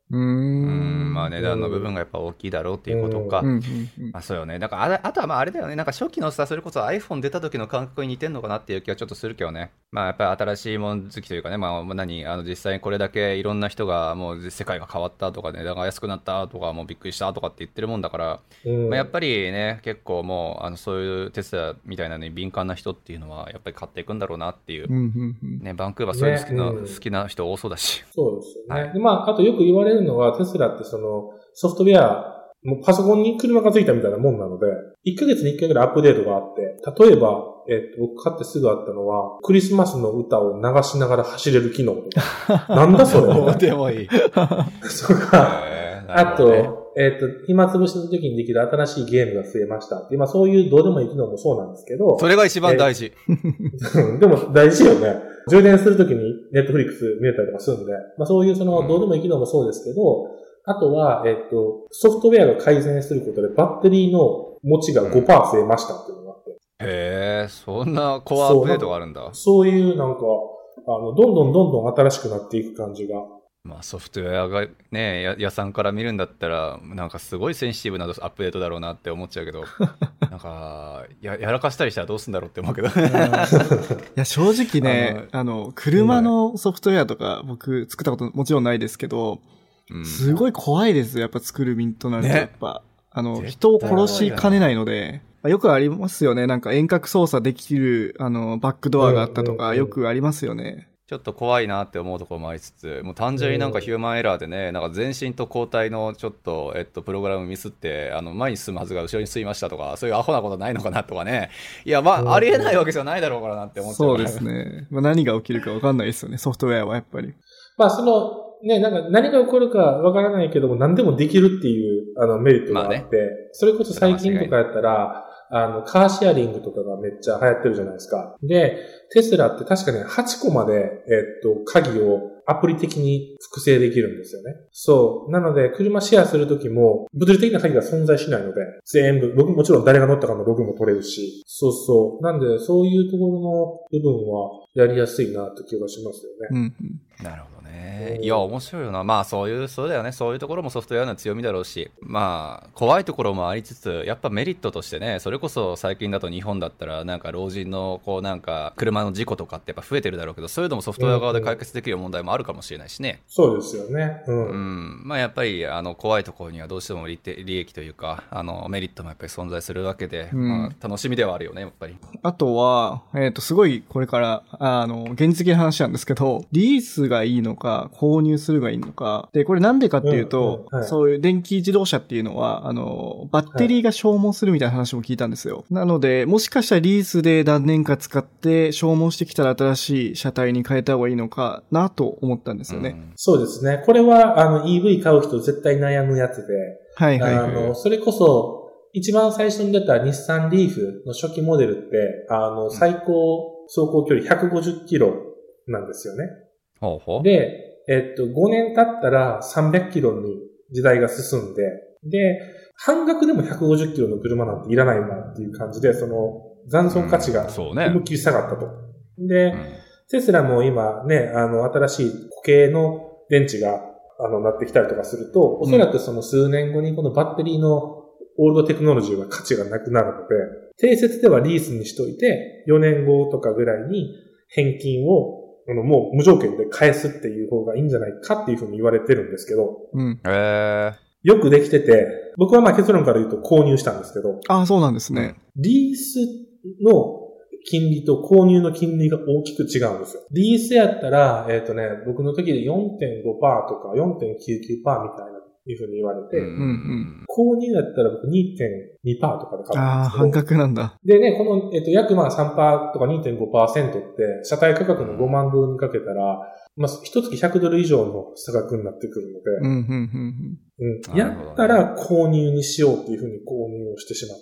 まあ値段の部分がやっぱ大きいだろうっていうことか。 まあ、そうよね。だからあとはまああれだよね。なんか初期のさ、それこそ iPhone 出た時の感覚に似てんのかなっていう気はちょっとするけどね。まあやっぱり新しいもん好きというかね、まあ実際にこれだけいろんな人がもう世界が変わったとかね、値段が安くなったとかもうびっくりしたとかって言ってるもんだから、まあ、やっぱりね、結構もうそういうテスラみたいなのに敏感な人っていうのはやっぱり買っていくんだろうなっていう。ね、バンクーバーそういう好きな人多そうだし。 そうですよね。はい、でまあ、あとよく言われるのは、テスラってそのソフトウェア、もうパソコンに車がついたみたいなもんなので、1ヶ月に1回ぐらいアップデートがあって、例えば、僕買ってすぐあったのは、クリスマスの歌を流しながら走れる機能とか。なんだそれ。 どうでもいい。 そうか。あと、暇つぶしの時にできる新しいゲームが増えましたって。まあそういうどうでもいい機能もそうなんですけど。 それが一番大事。 でも大事よね。充電するときにネットフリックス見れたりとかするんで、まあそういうそのどうでもいい機能もそうですけど、あとは、ソフトウェアが改善することでバッテリーの持ちが 5% 増えましたっていうのがあって。 へえ、そんなコアアップデートがあるんだ。 そういうなんか、どんどん新しくなっていく感じが。 まあソフトウェアがね、屋さんから見るんだったら、なんかすごいセンシティブなアップデートだろうなって思っちゃうけど、なんか、やらかしたりしたらどうするんだろうって思うけど。いや、正直ね、車のソフトウェアとか僕作ったこともちろんないですけど、すごい怖いですよ。やっぱ作る身となると、やっぱ、人を殺しかねないので、よくありますよね。なんか遠隔操作できる、バックドアがあったとか、よくありますよね。 ちょっと怖いなって思うところもありつつ、もう単純になんかヒューマンエラーでね、なんか全身と交代のちょっと、プログラムミスって、前に進むはずが後ろに進みましたとか、そういうアホなことないのかなとかね。いや、まあ、ありえないわけじゃないだろうからなって思っちゃう。 そうですね。まあ、何が起きるか分かんないですよね、ソフトウェアはやっぱり。 まあ、ね、なんか何が起こるかわからないけども、何でもできるっていうメリットがあって、まあね、それこそ最近とかやったら、カーシェアリングとかがめっちゃ流行ってるじゃないですか。で、テスラって確かね、8個まで、鍵をアプリ的に複製できるんですよね。そう。なので、車シェアするときも、物理的な鍵が存在しないので、全部、もちろん誰が乗ったかのログも取れるし、そうそう。なんで、そういうところの部分はやりやすいなって気がしますよね。 なるほどね。いや、面白いよな。まあ、そうだよね。そういうところもソフトウェアの強みだろうし、まあ、怖いところもありつつ、やっぱメリットとしてね、それこそ最近だと日本だったら、なんか老人の、なんか、車の事故とかってやっぱ増えてるだろうけど、そういうのもソフトウェア側で解決できる問題もあるかもしれないしね。 そうですよね。 まあ、やっぱり、怖いところにはどうしても利益というか、メリットもやっぱり存在するわけで、まあ、楽しみではあるよね、やっぱり。 あとは、すごいこれから、現実的な話なんですけど、リースがいいのか、購入するがいいのか。で、これなんでかっていうと、そういう電気自動車っていうのは、バッテリーが消耗するみたいな話も聞いたんですよ。なので、もしかしたらリースで何年か使って消耗してきたら新しい車体に変えた方がいいのかなと思ったんですよね。 そうですね。これは、EV 買う人絶対悩むやつで、それこそ、一番最初に出た日産リーフの初期モデルって、最高走行距離150キロなんですよね。で、5年経ったら300キロに時代が進んで、で、半額でも150キロの車なんていらないなっていう感じで、その残存価値が思いっきり下がったと。で、テスラも今ね、新しい固形の電池が、なってきたりとかすると、おそらくその数年後にこのバッテリーのオールドテクノロジーは価値がなくなるので、定説ではリースにしといて、4年後とかぐらいに返金をもう無条件で返すっていう方がいいんじゃないかっていうふうに言われてるんですけど。よくできてて、僕はまあ結論から言うと購入したんですけど。 ああ、そうなんですね。 リースの金利と購入の金利が大きく違うんですよ。リースやったら、僕の時で 4.5% とか 4.99% みたいないうふうに言われて、購入やったら僕 2.2% とかで買ったんですけど。 ああ、半額なんだ。 でね、この、約まあ 3% とか 2.5% って、車体価格の5万ドルにかけたら、まあ、一月100ドル以上の差額になってくるので、やったら購入にしようっていうふうに購入をしてしまって、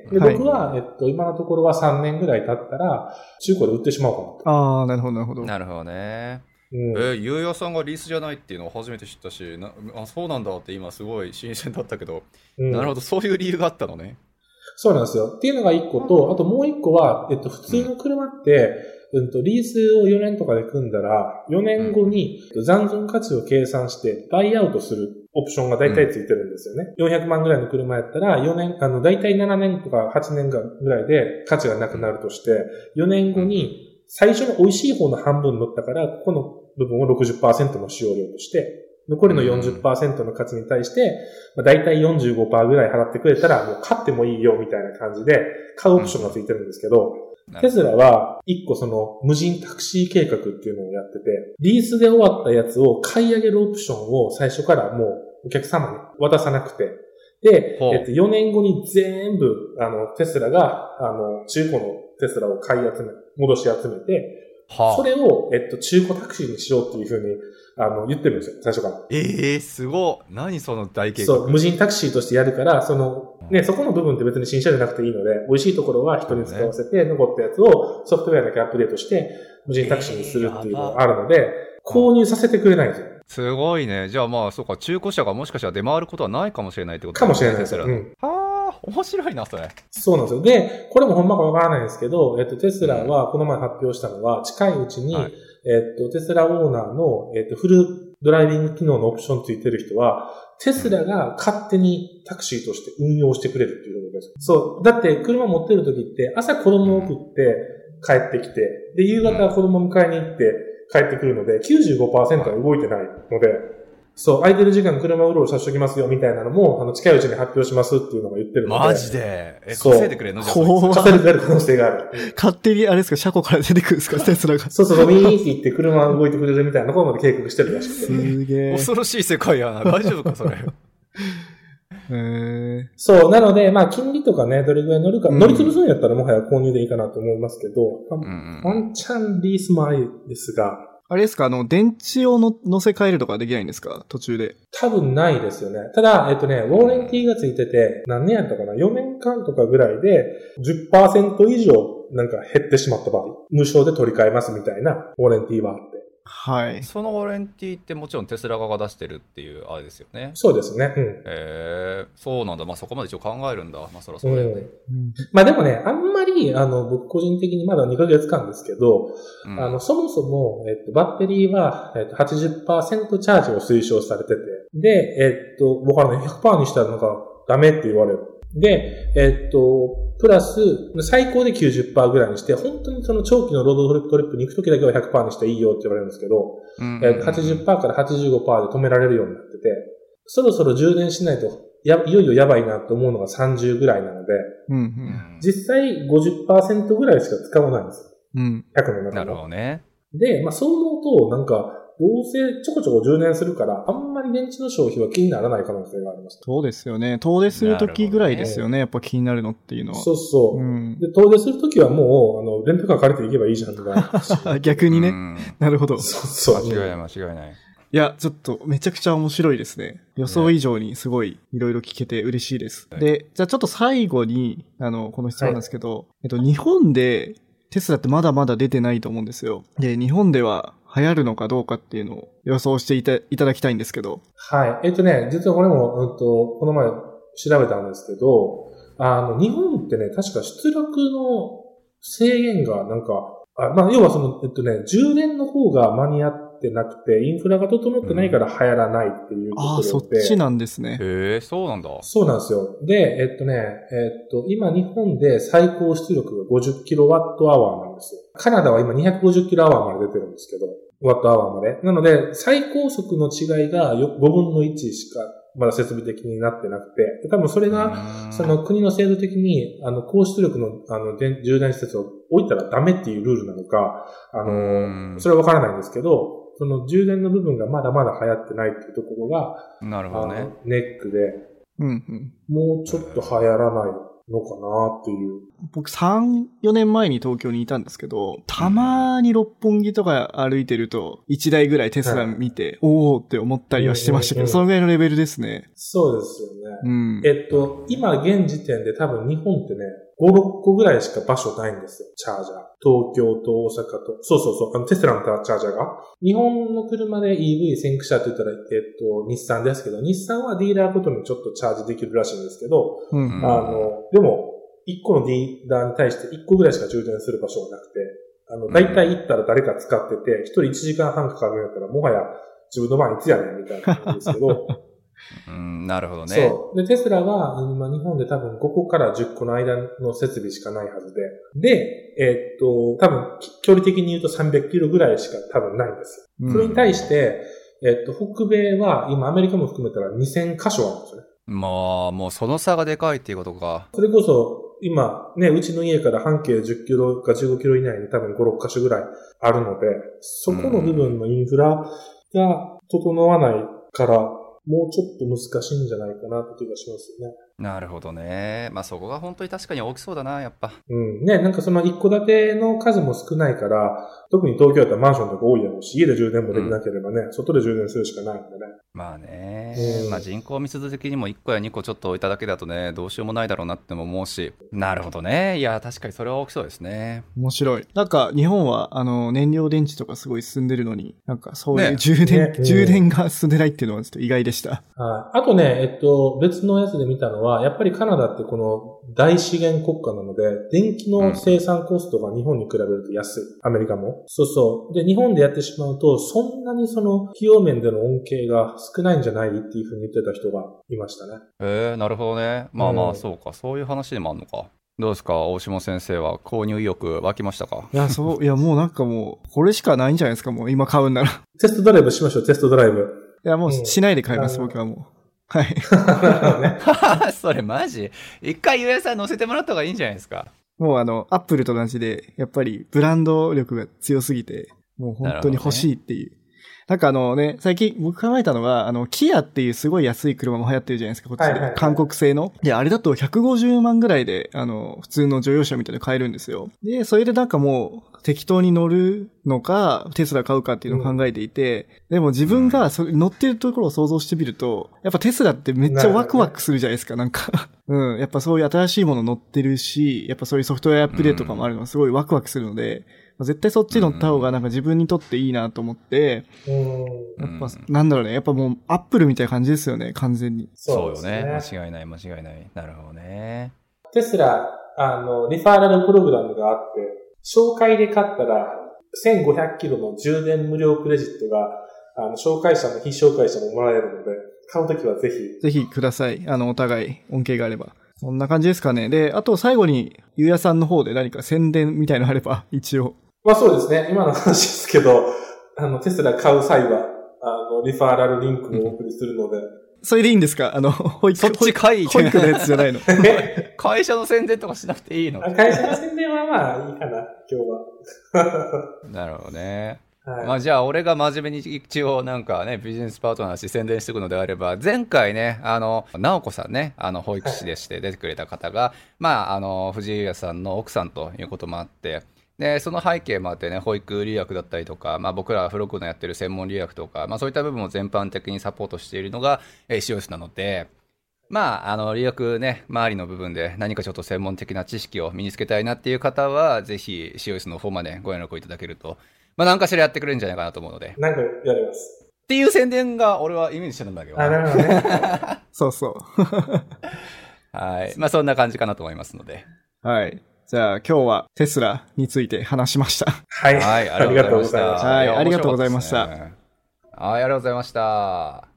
で僕は、今のところは3年ぐらい経ったら、中古で売ってしまおうかなと。 ああ、なるほど、なるほど。 なるほどね。ゆうやさんがリースじゃないっていうのを初めて知ったし、そうなんだって今すごい新鮮だったけど、なるほど、そういう理由があったのね。 そうなんですよ。っていうのが一個と、あともう一個は、普通の車って、 リースを4年とかで組んだら、4年後に残存価値を計算してバイアウトするオプションが大体ついてるんですよね。400万ぐらいの車やったら、4年、大体7年とか8年ぐらいで価値がなくなるとして、4年後に最初の美味しい方の半分乗ったから、ここの部分を 60% の使用料として、残りの 40% の価値に対して、だいたい 45% ぐらい払ってくれたら、もう買ってもいいよみたいな感じで、買うオプションがついてるんですけど、テスラは一個その無人タクシー計画っていうのをやってて、リースで終わったやつを買い上げるオプションを最初からもうお客様に渡さなくて、で、4年後に全部、テスラが、中古のテスラを戻し集めて、それを、中古タクシーにしようっていうふうに、言ってるんですよ、最初から。 すごい。何その大計画。 そう、無人タクシーとしてやるから、そこの部分って別に新車じゃなくていいので、美味しいところは人に使わせて、残ったやつをソフトウェアだけアップデートして、無人タクシーにするっていうのがあるので、購入させてくれないんですよ。 すごいね。じゃあまあ、そうか、中古車がもしかしたら出回ることはないかもしれないってことかもしれないですよ。 面白いな、それ。 そうなんですよ。で、これもほんまかわからないんですけど、テスラはこの前発表したのは、近いうちに、テスラオーナーの、フルドライビング機能のオプションついてる人は、テスラが勝手にタクシーとして運用してくれるっていうことです。そう。だって車持ってる時って、朝子供を送って帰ってきて、で、夕方子供を迎えに行って帰ってくるので、95% は動いてないので、そう、空いてる時間車うろうろさせておきますよ、みたいなのも、近いうちに発表しますっていうのが言ってるので。 マジで稼いでくれんのじゃあ稼いでくれる可能性がある。 勝手に、あれですか、車庫から出てくるんですか、テスラが。 そう、ウィーンって言って車動いてくれるみたいなところまで計画してるらしくて。 すげえ。 恐ろしい世界やな。大丈夫か、それ。 そう、なので、金利とかね、どれぐらい乗るか、乗り潰すんやったらもはや購入でいいかなと思いますけど、ワンチャンリースもありですが、 あれですか、電池を乗せ替えるとかできないんですか、途中で。 多分ないですよね。ただ、ウォーレンティがついてて、何年やったかな ?4 年間とかぐらいで、10% 以上なんか減ってしまった場合、無償で取り替えますみたいなウォーレンティはあって。 はい。 そのウォーレンティってもちろんテスラ側が出してるっていうあれですよね。 そうですね。 そうなんだ。まあそこまで一応考えるんだ。まあそらそうだよね。 でもね、あんまり、僕個人的にまだ2ヶ月間ですけど、そもそも、バッテリーは、80% チャージを推奨されてて、で、僕はね、100% にしたらなんかダメって言われる。で、プラス、最高で 90% ぐらいにして、本当にその長期のロードトリップに行くときだけは 100% にしていいよって言われるんですけど、80% から 85% で止められるようになってて、そろそろ充電しないと、いよいよやばいなと思うのが30ぐらいなので、実際 50% ぐらいしか使わないんですよ。100の中で。 なるほどね。 で、そう思うと、なんか、どうせちょこちょこ充電するから、あんまり電池の消費は気にならない可能性があります。 そうですよね。遠出するときぐらいですよね。やっぱ気になるのっていうのは。 そうそう。で、遠出するときはもう、レンタカー借りていけばいいじゃんとか。 逆にね。なるほど。 そう。 間違いない。 いや、ちょっとめちゃくちゃ面白いですね。予想以上にすごいいろいろ聞けて嬉しいです。で、じゃあちょっと最後に、この質問なんですけど、日本でテスラってまだまだ出てないと思うんですよ。で、日本では流行るのかどうかっていうのを予想していただきたいんですけど。 はい。実はこれも、この前調べたんですけど、日本ってね、確か出力の制限がなんか、要はその、充電の方が間に合ってなくて、インフラが整ってないから流行らないっていうことで。 そっちなんですね。 そうなんだ。 そうなんですよ。で、今日本で最高出力が 50kWh なんですよ。カナダは今 250kWh まで出てるんですけど、ワットアワーまで。なので、最高速の違いが5分の1しかまだ設備的になってなくて、多分それが、その国の制度的に、高出力の、充電施設を置いたらダメっていうルールなのか、それはわからないんですけど、その充電の部分がまだまだ流行ってないっていうところが、 なるほどね。 ネックで、もうちょっと流行らないのかなっていう。 僕3、4年前に東京にいたんですけど、たまに六本木とか歩いてると、1台ぐらいテスラ見て、おーって思ったりはしてましたけど、そのぐらいのレベルですね。 そうですよね。今現時点で多分日本ってね、5、6個ぐらいしか場所ないんですよ、チャージャー。東京と大阪と。そう、テスラのチャージャーが。日本の車で EV 先駆者って言ったら、日産ですけど、日産はディーラーごとにちょっとチャージできるらしいんですけど、でも、1個のディーラーに対して1個ぐらいしか充電する場所がなくて、 だいたい行ったら誰か使ってて、一人1時間半かかるんやったら、もはや自分の番いつやねんみたいな感じですけど。 なるほどね。 そう。で、テスラは、今日本で多分5個から10個の間の設備しかないはずで、多分、距離的に言うと300キロぐらいしか多分ないんです。それに対して、北米は今アメリカも含めたら2000箇所あるんですよね。 もうその差がでかいっていうことか。 それこそ、今、ね、うちの家から半径10キロか15キロ以内に多分5、6箇所ぐらいあるので、そこの部分のインフラが整わないから、もうちょっと難しいんじゃないかなって気がしますよね。 なるほどね。そこが本当に確かに大きそうだな、やっぱ。 ね、なんかその一戸建ての数も少ないから、特に東京だったらマンションとか多いだろうし、家で充電もできなければね、外で充電するしかないんでね。 まあね、人口密度的にも1個や2個ちょっと置いただけだとね、どうしようもないだろうなっても思うし。なるほどね。いや、確かにそれは大きそうですね。 面白い。なんか日本は燃料電池とかすごい進んでるのに、なんかそういう充電が進んでないっていうのはちょっと意外でした。 はい。あとね、別のやつで見たのは、やっぱりカナダってこの大資源国家なので、電気の生産コストが日本に比べると安い。アメリカも。そうそう。で、日本でやってしまうと、そんなにその費用面での恩恵が少ないんじゃないっていうふうに言ってた人がいましたね。 なるほどね。そうか。そういう話でもあるのか。どうですか、大下先生は購入意欲湧きましたか？ いや、もうなんかもう、これしかないんじゃないですか、もう今買うんなら。 テストドライブしましょう、テストドライブ。 いや、もうしないで買います、僕はもう。はい。 それマジ？一回ゆうやさん乗せてもらった方がいいんじゃないですか？ もうアップルと同じで、やっぱりブランド力が強すぎて、もう本当に欲しいっていう。なんか最近僕考えたのが、キアっていうすごい安い車も流行ってるじゃないですか、こっちで。はいはいはい、韓国製の。で、あれだと150万ぐらいで、普通の乗用車みたいなの買えるんですよ。で、それでなんかもう、適当に乗るのか、テスラ買うかっていうのを考えていて、でも自分が乗ってるところを想像してみると、やっぱテスラってめっちゃワクワクするじゃないですか、なんか。やっぱそういう新しいもの乗ってるし、やっぱそういうソフトウェアアップデートとかもあるのすごいワクワクするので、絶対そっち乗った方がなんか自分にとっていいなと思って、やっぱなんだろうね、やっぱもうアップルみたいな感じですよね、完全に。 そうよね。間違いない。なるほどね。 テスラ、リファーラルプログラムがあって、紹介で買ったら1500キロの充電無料クレジットが、紹介者も非紹介者ももらえるので、買うときはぜひ。 ぜひください。お互い恩恵があれば。そんな感じですかね。で、あと最後に、ゆうやさんの方で何か宣伝みたいなのあれば、一応。 そうですね。今の話ですけど、テスラ買う際は、リファーラルリンクをお送りするので。 それでいいんですか？ そっち会保育のやつじゃないの。 会社の宣伝とかしなくていいの？ 会社の宣伝はまあいいかな、今日は。 なるほどね。はい、じゃあ俺が真面目に一応なんかねビジネスパートナーして宣伝していくのであれば、前回ね直子さんね保育士でして出てくれた方が、藤井優也さんの奥さんということもあって、でその背景もあってね、保育留学だったりとか、僕らフロックのやってる専門留学とか、そういった部分を全般的にサポートしているのがシオイスなので、留学ね周りの部分で何かちょっと専門的な知識を身につけたいなっていう方はぜひシオイスの方までご連絡をいただけると、何かしらやってくれるんじゃないかなと思うので。 なんかやります。 っていう宣伝が俺はイメージしてるんだけど。 なるほどね。 そうそう。 はい。そんな感じかなと思いますので。 はい。じゃあ今日はテスラについて話しました。 はい。ありがとうございました。 はい。ありがとうございました。 はい。ありがとうございました。